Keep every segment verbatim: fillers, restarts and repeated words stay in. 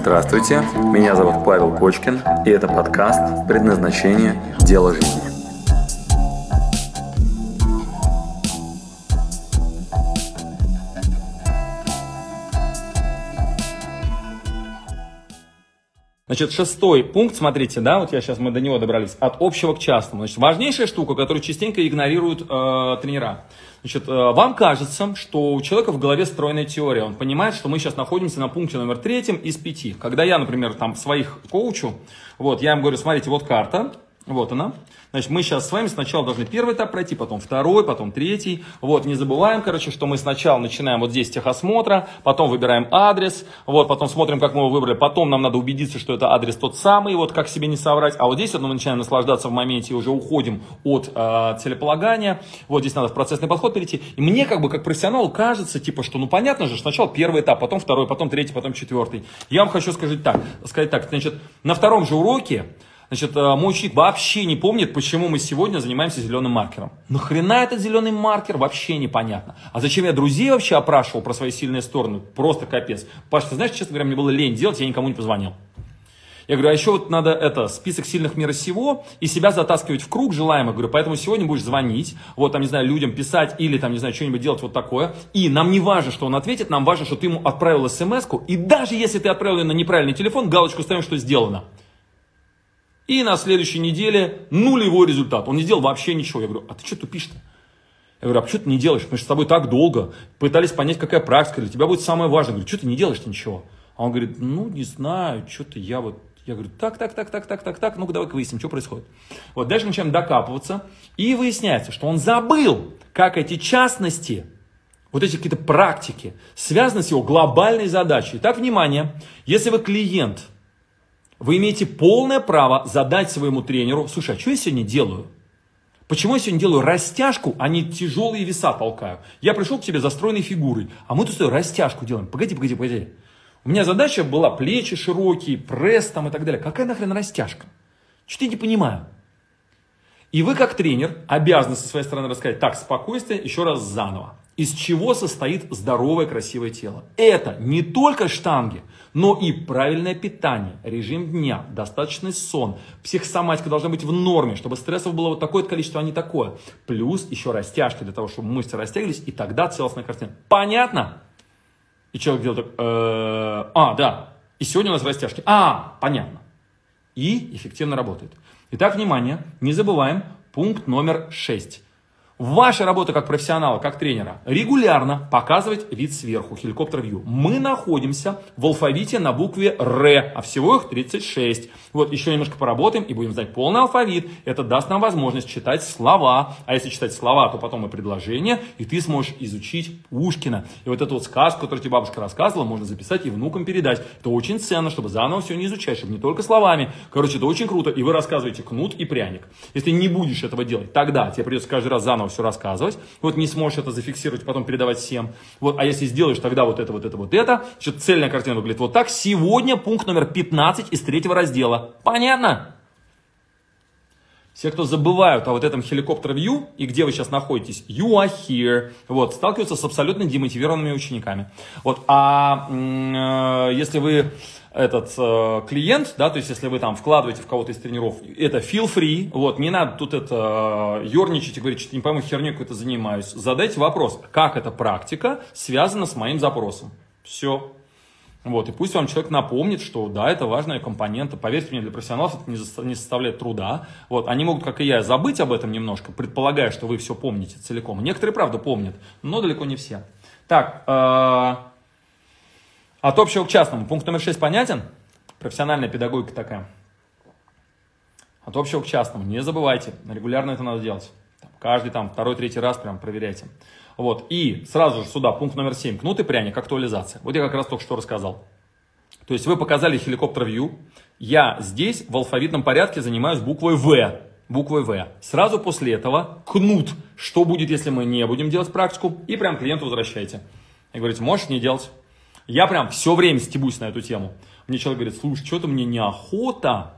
Здравствуйте, меня зовут Павел Кочкин, и это подкаст «Предназначение. Дело жизни». Значит, шестой пункт, смотрите, да, вот я сейчас, мы до него добрались, от общего к частному. Значит, важнейшая штука, которую частенько игнорируют э, тренера. Значит, э, вам кажется, что у человека в голове стройная теория. Он понимает, что мы сейчас находимся на пункте номер третьем из пяти. Когда я, например, там своих коучу, вот, я им говорю, смотрите, вот карта, вот она. Значит, мы сейчас с вами сначала должны первый этап пройти, потом второй, потом третий. Вот, не забываем, короче, что мы сначала начинаем вот здесь техосмотра, потом выбираем адрес, вот, потом смотрим, как мы его выбрали, потом нам надо убедиться, что это адрес тот самый, вот, как себе не соврать. А вот здесь вот мы начинаем наслаждаться в моменте и уже уходим от э, целеполагания. Вот здесь надо в процессный подход перейти. И мне, как бы, как профессионалу кажется, типа, что, ну, понятно же, что сначала первый этап, потом второй, потом третий, потом четвертый. Я вам хочу сказать так, сказать так, значит, на втором же уроке, Значит, мой ученик вообще не помнит, почему мы сегодня занимаемся зеленым маркером. Нахрена этот зеленый маркер, вообще непонятно. А зачем я друзей вообще опрашивал про свои сильные стороны? Просто капец. Паш, ты знаешь, честно говоря, мне было лень делать, я никому не позвонил. Я говорю, а еще вот надо это, список сильных мира сего и себя затаскивать в круг желаемых. Говорю, поэтому сегодня будешь звонить, вот там, не знаю, людям писать или там, не знаю, что-нибудь делать вот такое. И нам не важно, что он ответит, нам важно, что ты ему отправил смс-ку. И даже если ты отправил ее на неправильный телефон, галочку ставим, что сделано. И на следующей неделе нулевой результат. Он не сделал вообще ничего. Я говорю, а ты что тупишь-то? Я говорю, а почему ты не делаешь? Мы же с тобой так долго пытались понять, какая практика. Для тебя будет самое важное. Я говорю, что ты не делаешь-то ничего? А он говорит, ну, не знаю, что-то я вот... Я говорю, так, так, так, так, так, так, так, ну-ка давай-ка выясним, что происходит. Вот дальше начинаем докапываться. И выясняется, что он забыл, как эти частности, вот эти какие-то практики, связаны с его глобальной задачей. Итак, внимание, если вы клиент... Вы имеете полное право задать своему тренеру, слушай, а что я сегодня делаю? Почему я сегодня делаю растяжку, а не тяжелые веса толкаю? Я пришел к тебе за стройной фигурой, а мы тут что, растяжку делаем. Погоди, погоди, погоди. У меня задача была плечи широкие, пресс там и так далее. Какая нахрен растяжка? Что-то я не понимаю. И вы как тренер обязаны со своей стороны рассказать, так, спокойствие, еще раз заново. Из чего состоит здоровое, красивое тело? Это не только штанги, но и правильное питание, режим дня, достаточный сон, психосоматика должна быть в норме, чтобы стрессов было вот такое количество, а не такое. Плюс еще растяжки для того, чтобы мышцы растягивались, и тогда целостная картина. Понятно? И человек делает так, а, да, и сегодня у нас растяжки. А, понятно. И эффективно работает. Итак, внимание, не забываем пункт номер шесть. Ваша работа как профессионала, как тренера, регулярно показывать вид сверху, хеликоптер-вью. Мы находимся в алфавите на букве Р, а всего их тридцать шесть. Вот еще немножко поработаем и будем знать полный алфавит. Это даст нам возможность читать слова. А если читать слова, то потом и предложения, и ты сможешь изучить Пушкина. И вот эту вот сказку, которую тебе бабушка рассказывала, можно записать и внукам передать. Это очень ценно, чтобы заново все не изучать, чтобы не только словами. Короче, это очень круто. И вы рассказываете кнут и пряник. Если не будешь этого делать, тогда тебе придется каждый раз заново все рассказывать, вот не сможешь это зафиксировать, потом передавать всем. Вот, а если сделаешь тогда вот это, вот это, вот это, значит, цельная картина выглядит вот так. Сегодня пункт номер пятнадцать из третьего раздела. Понятно? Все, кто забывают о вот этом хеликоптер-вью и где вы сейчас находитесь, you are here, вот, сталкиваются с абсолютно демотивированными учениками. Вот, а э, если вы этот э, клиент, да, то есть если вы там вкладываете в кого-то из тренеров, это feel free, вот, не надо тут это э, ерничать и говорить, что не пойму, херню какой-то занимаюсь. Задайте вопрос, как эта практика связана с моим запросом. Все. Вот, и пусть вам человек напомнит, что да, это важная компонента. Поверьте мне, для профессионалов это не, за, не составляет труда. Вот, они могут, как и я, забыть об этом немножко, предполагая, что вы все помните целиком. Некоторые, правда, помнят, но далеко не все. Так, э, от общего к частному. Пункт номер шесть понятен? Профессиональная педагогика такая. От общего к частному. Не забывайте, регулярно это надо делать. Там, каждый там второй, третий раз прям проверяйте. Вот. И сразу же сюда пункт номер семь. Кнут и пряник, актуализация. Вот я как раз только что рассказал. То есть вы показали хеликоптер-вью. Я здесь в алфавитном порядке занимаюсь буквой В. Буквой В. Сразу после этого кнут. Что будет, если мы не будем делать практику? И прям клиенту возвращайте. И говорите, можешь не делать. Я прям все время стебусь на эту тему. Мне человек говорит, слушай, что-то мне неохота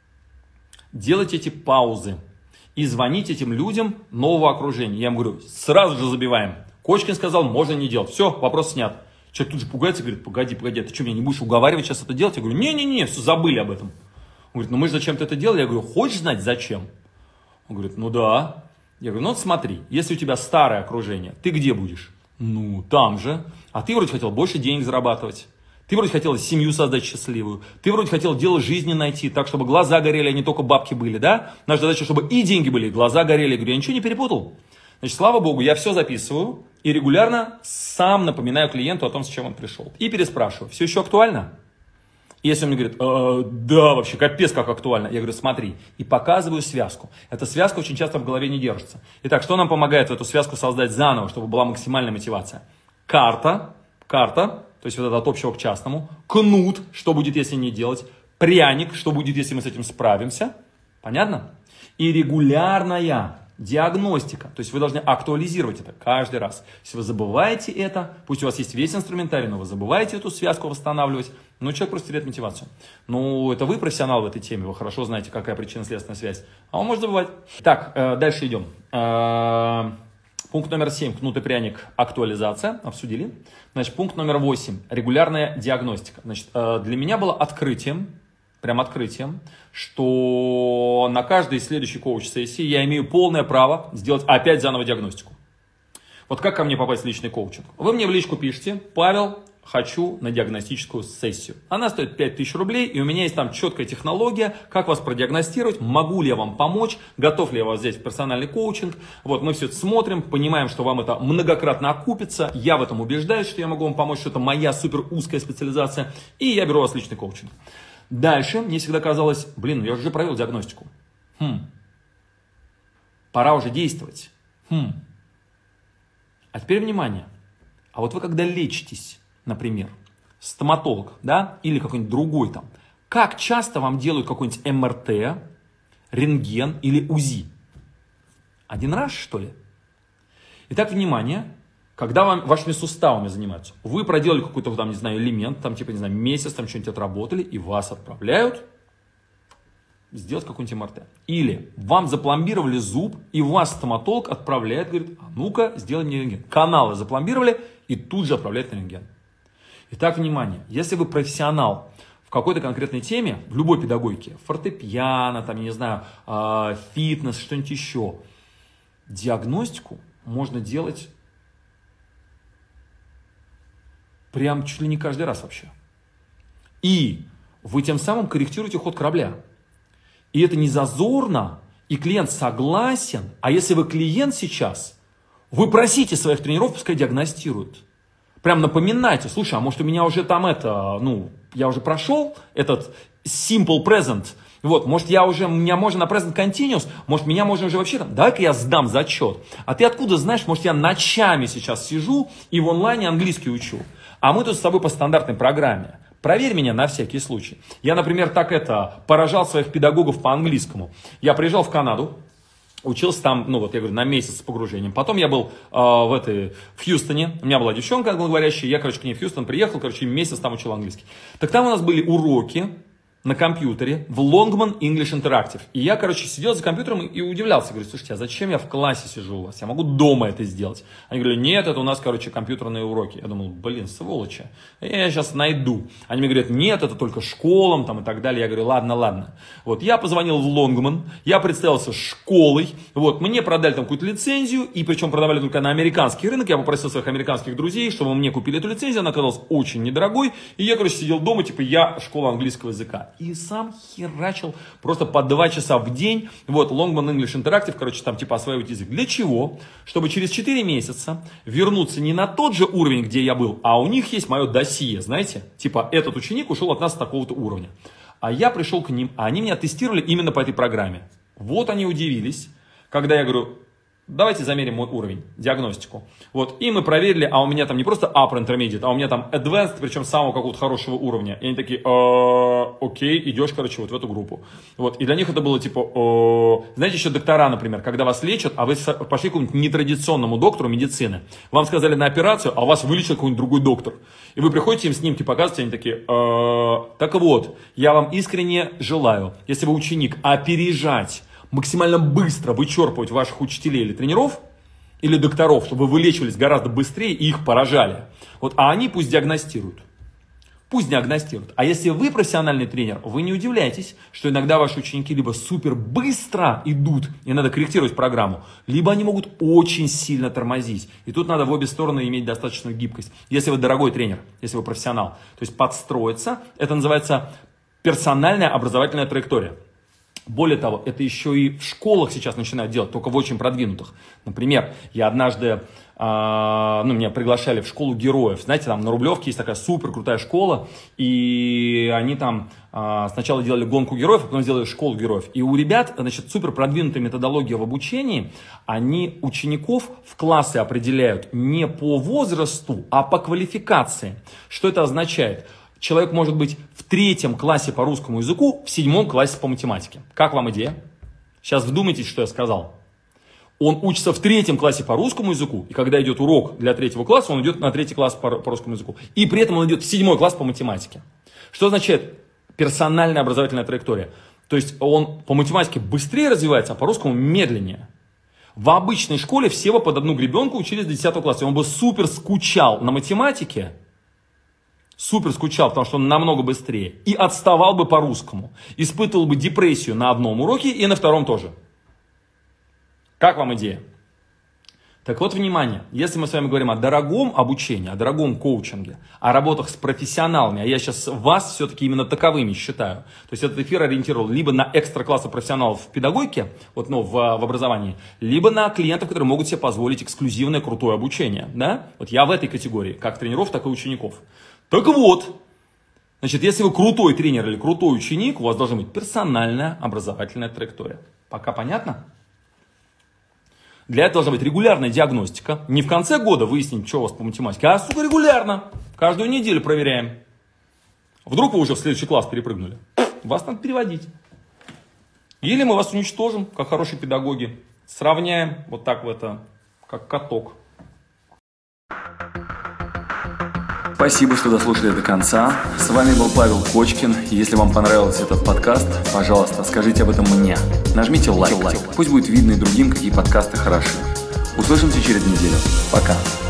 делать эти паузы и звонить этим людям нового окружения. Я ему говорю, сразу же забиваем. Кочкин сказал, можно не делать. Все, вопрос снят. Человек тут же пугается и говорит, погоди, погоди, ты что, меня не будешь уговаривать сейчас это делать? Я говорю, не-не-не, все, забыли об этом. Он говорит, ну мы же зачем-то это делали. Я говорю, хочешь знать зачем? Он говорит, ну да. Я говорю, ну вот смотри, если у тебя старое окружение, ты где будешь? Ну, там же. А ты вроде хотел больше денег зарабатывать. Ты вроде хотел семью создать счастливую. Ты вроде хотел дело жизни найти, так, чтобы глаза горели, а не только бабки были, да? Наша задача, чтобы и деньги были, и глаза горели. Я говорю, я ничего не перепутал. Значит, слава богу, я все записываю и регулярно сам напоминаю клиенту о том, с чем он пришел. И переспрашиваю, все еще актуально? И если он мне говорит, э, да, вообще, капец, как актуально. Я говорю, смотри, и показываю связку. Эта связка очень часто в голове не держится. Итак, что нам помогает эту связку создать заново, чтобы была максимальная мотивация? Карта, карта, то есть вот это от общего к частному. Кнут, что будет, если не делать. Пряник, что будет, если мы с этим справимся. Понятно? И регулярная диагностика. То есть вы должны актуализировать это каждый раз. Если вы забываете это, пусть у вас есть весь инструментарий, но вы забываете эту связку восстанавливать, ну человек просто теряет мотивацию. Ну, это вы профессионал в этой теме, вы хорошо знаете, какая причинно-следственная связь. А он может забывать. Так, э, дальше идем. Э, пункт номер семь. Кнут и пряник. Актуализация. Обсудили. Значит, пункт номер восемь. Регулярная диагностика. Значит, э, для меня было открытием, прям открытием, что на каждой следующей коуч-сессии я имею полное право сделать опять заново диагностику. Вот как ко мне попасть в личный коучинг? Вы мне в личку пишете, Павел, хочу на диагностическую сессию. Она стоит пять тысяч рублей, и у меня есть там четкая технология, как вас продиагностировать, могу ли я вам помочь, готов ли я вас взять в персональный коучинг. Вот мы все это смотрим, понимаем, что вам это многократно окупится, я в этом убеждаюсь, что я могу вам помочь, что это моя супер узкая специализация, и я беру у вас личный коучинг. Дальше мне всегда казалось, блин, я уже провел диагностику. Хм. Пора уже действовать. Хм. А теперь внимание. А вот вы когда лечитесь, например, стоматолог, да, или какой-нибудь другой там, как часто вам делают какой-нибудь эм эр тэ, рентген или УЗИ? Один раз, что ли? Итак, внимание. Когда вам, вашими суставами занимаются, вы проделали какой-то там, не знаю, элемент, там типа, не знаю, месяц, там что-нибудь отработали, и вас отправляют сделать какой-нибудь эм эр тэ. Или вам запломбировали зуб, и вас стоматолог отправляет, говорит, а ну-ка, сделай мне рентген. Каналы запломбировали, и тут же отправляет на рентген. Итак, внимание, если вы профессионал в какой-то конкретной теме, в любой педагогике, фортепиано, там, я не знаю, фитнес, что-нибудь еще, диагностику можно делать прям чуть ли не каждый раз вообще. И вы тем самым корректируете ход корабля. И это не зазорно, и клиент согласен. А если вы клиент сейчас, вы просите своих тренеров, пускай диагностируют. Прям напоминайте, слушай, а может у меня уже там это, ну, я уже прошел этот simple present, вот, может я уже, у меня можно на present continuous, может меня можно уже вообще там, давай-ка я сдам зачет. А ты откуда знаешь, может я ночами сейчас сижу и в онлайне английский учу. А мы тут с тобой по стандартной программе. Проверь меня на всякий случай. Я, например, так это, поражал своих педагогов по английскому. Я приезжал в Канаду, учился там, ну вот я говорю, на месяц с погружением. Потом я был э, в, этой, в Хьюстоне, у меня была девчонка англоговорящая, я, короче, к ней в Хьюстон приехал, короче, месяц там учил английский. Так там у нас были уроки на компьютере в Longman English Interactive. И я, короче, сидел за компьютером и удивлялся. Говорю, слушайте, а зачем я в классе сижу у вас? Я могу дома это сделать. Они говорят, нет, это у нас, короче, компьютерные уроки. Я думал, блин, сволочи. Я сейчас найду. Они мне говорят, нет, это только школам там, и так далее. Я говорю, ладно, ладно. Вот, я позвонил в Longman, я представился школой. Вот, мне продали там какую-то лицензию, и причем продавали только на американский рынок. Я попросил своих американских друзей, чтобы мне купили эту лицензию. Она оказалась очень недорогой. И я, короче, сидел дома, типа, я школа английского языка. И сам херачил просто по два часа в день. Вот, Longman English Interactive, короче, там типа осваивать язык. Для чего? Чтобы через четыре месяца вернуться не на тот же уровень, где я был, а у них есть мое досье, знаете? Типа, этот ученик ушел от нас с такого-то уровня. А я пришел к ним, а они меня тестировали именно по этой программе. Вот они удивились, когда я говорю, давайте замерим мой уровень, диагностику. Вот, и мы проверили, а у меня там не просто upper intermediate, а у меня там advanced, причем самого какого-то хорошего уровня. И они такие, окей, идешь, короче, вот в эту группу. Вот, и для них это было типа, знаете, еще доктора, например, когда вас лечат, а вы пошли к какому-нибудь нетрадиционному доктору медицины, вам сказали на операцию, а у вас вылечил какой-нибудь другой доктор. И вы приходите им снимки показываете, они такие, так вот, я вам искренне желаю, если вы ученик, опережать, максимально быстро вычерпывать ваших учителей или тренеров, или докторов, чтобы вы вылечивались гораздо быстрее и их поражали. Вот, а они пусть диагностируют. Пусть диагностируют. А если вы профессиональный тренер, вы не удивляйтесь, что иногда ваши ученики либо супер быстро идут, и надо корректировать программу, либо они могут очень сильно тормозить. И тут надо в обе стороны иметь достаточную гибкость. Если вы дорогой тренер, если вы профессионал, то есть подстроиться, это называется персональная образовательная траектория. Более того, это еще и в школах сейчас начинают делать, только в очень продвинутых. Например, я однажды, э, ну, меня приглашали в школу героев. Знаете, там на Рублевке есть такая супер крутая школа, и они там э, сначала делали гонку героев, а потом сделали школу героев. И у ребят, значит, супер продвинутая методология в обучении, они учеников в классы определяют не по возрасту, а по квалификации. Что это означает? Человек может быть в третьем классе по русскому языку, в седьмом классе по математике. Как вам идея? Сейчас вдумайтесь, что я сказал. Он учится в третьем классе по русскому языку, и когда идет урок для третьего класса, он идет на третий класс по, по русскому языку. И при этом он идет в седьмой класс по математике. Что означает персональная образовательная траектория? То есть он по математике быстрее развивается, а по русскому медленнее. В обычной школе все бы под одну гребенку учились до десятого класса. И он бы супер скучал на математике, супер скучал, потому что он намного быстрее. И отставал бы по русскому. Испытывал бы депрессию на одном уроке и на втором тоже. Как вам идея? Так вот, внимание. Если мы с вами говорим о дорогом обучении, о дорогом коучинге, о работах с профессионалами, а я сейчас вас все-таки именно таковыми считаю. То есть этот эфир ориентировал либо на экстра-классы профессионалов в педагогике, вот, ну, в, в образовании, либо на клиентов, которые могут себе позволить эксклюзивное крутое обучение. Да? Вот я в этой категории, как тренеров, так и учеников. Так вот, значит, если вы крутой тренер или крутой ученик, у вас должна быть персональная образовательная траектория. Пока понятно? Для этого должна быть регулярная диагностика. Не в конце года выяснить, что у вас по математике, а, сука, регулярно. Каждую неделю проверяем. Вдруг вы уже в следующий класс перепрыгнули. Вас надо переводить. Или мы вас уничтожим, как хорошие педагоги. Сравняем вот так вот это, как каток. Спасибо, что дослушали до конца. С вами был Павел Кочкин. Если вам понравился этот подкаст, пожалуйста, скажите об этом мне. Нажмите лайк. Пусть будет видно и другим, какие подкасты хороши. Услышимся через неделю. Пока.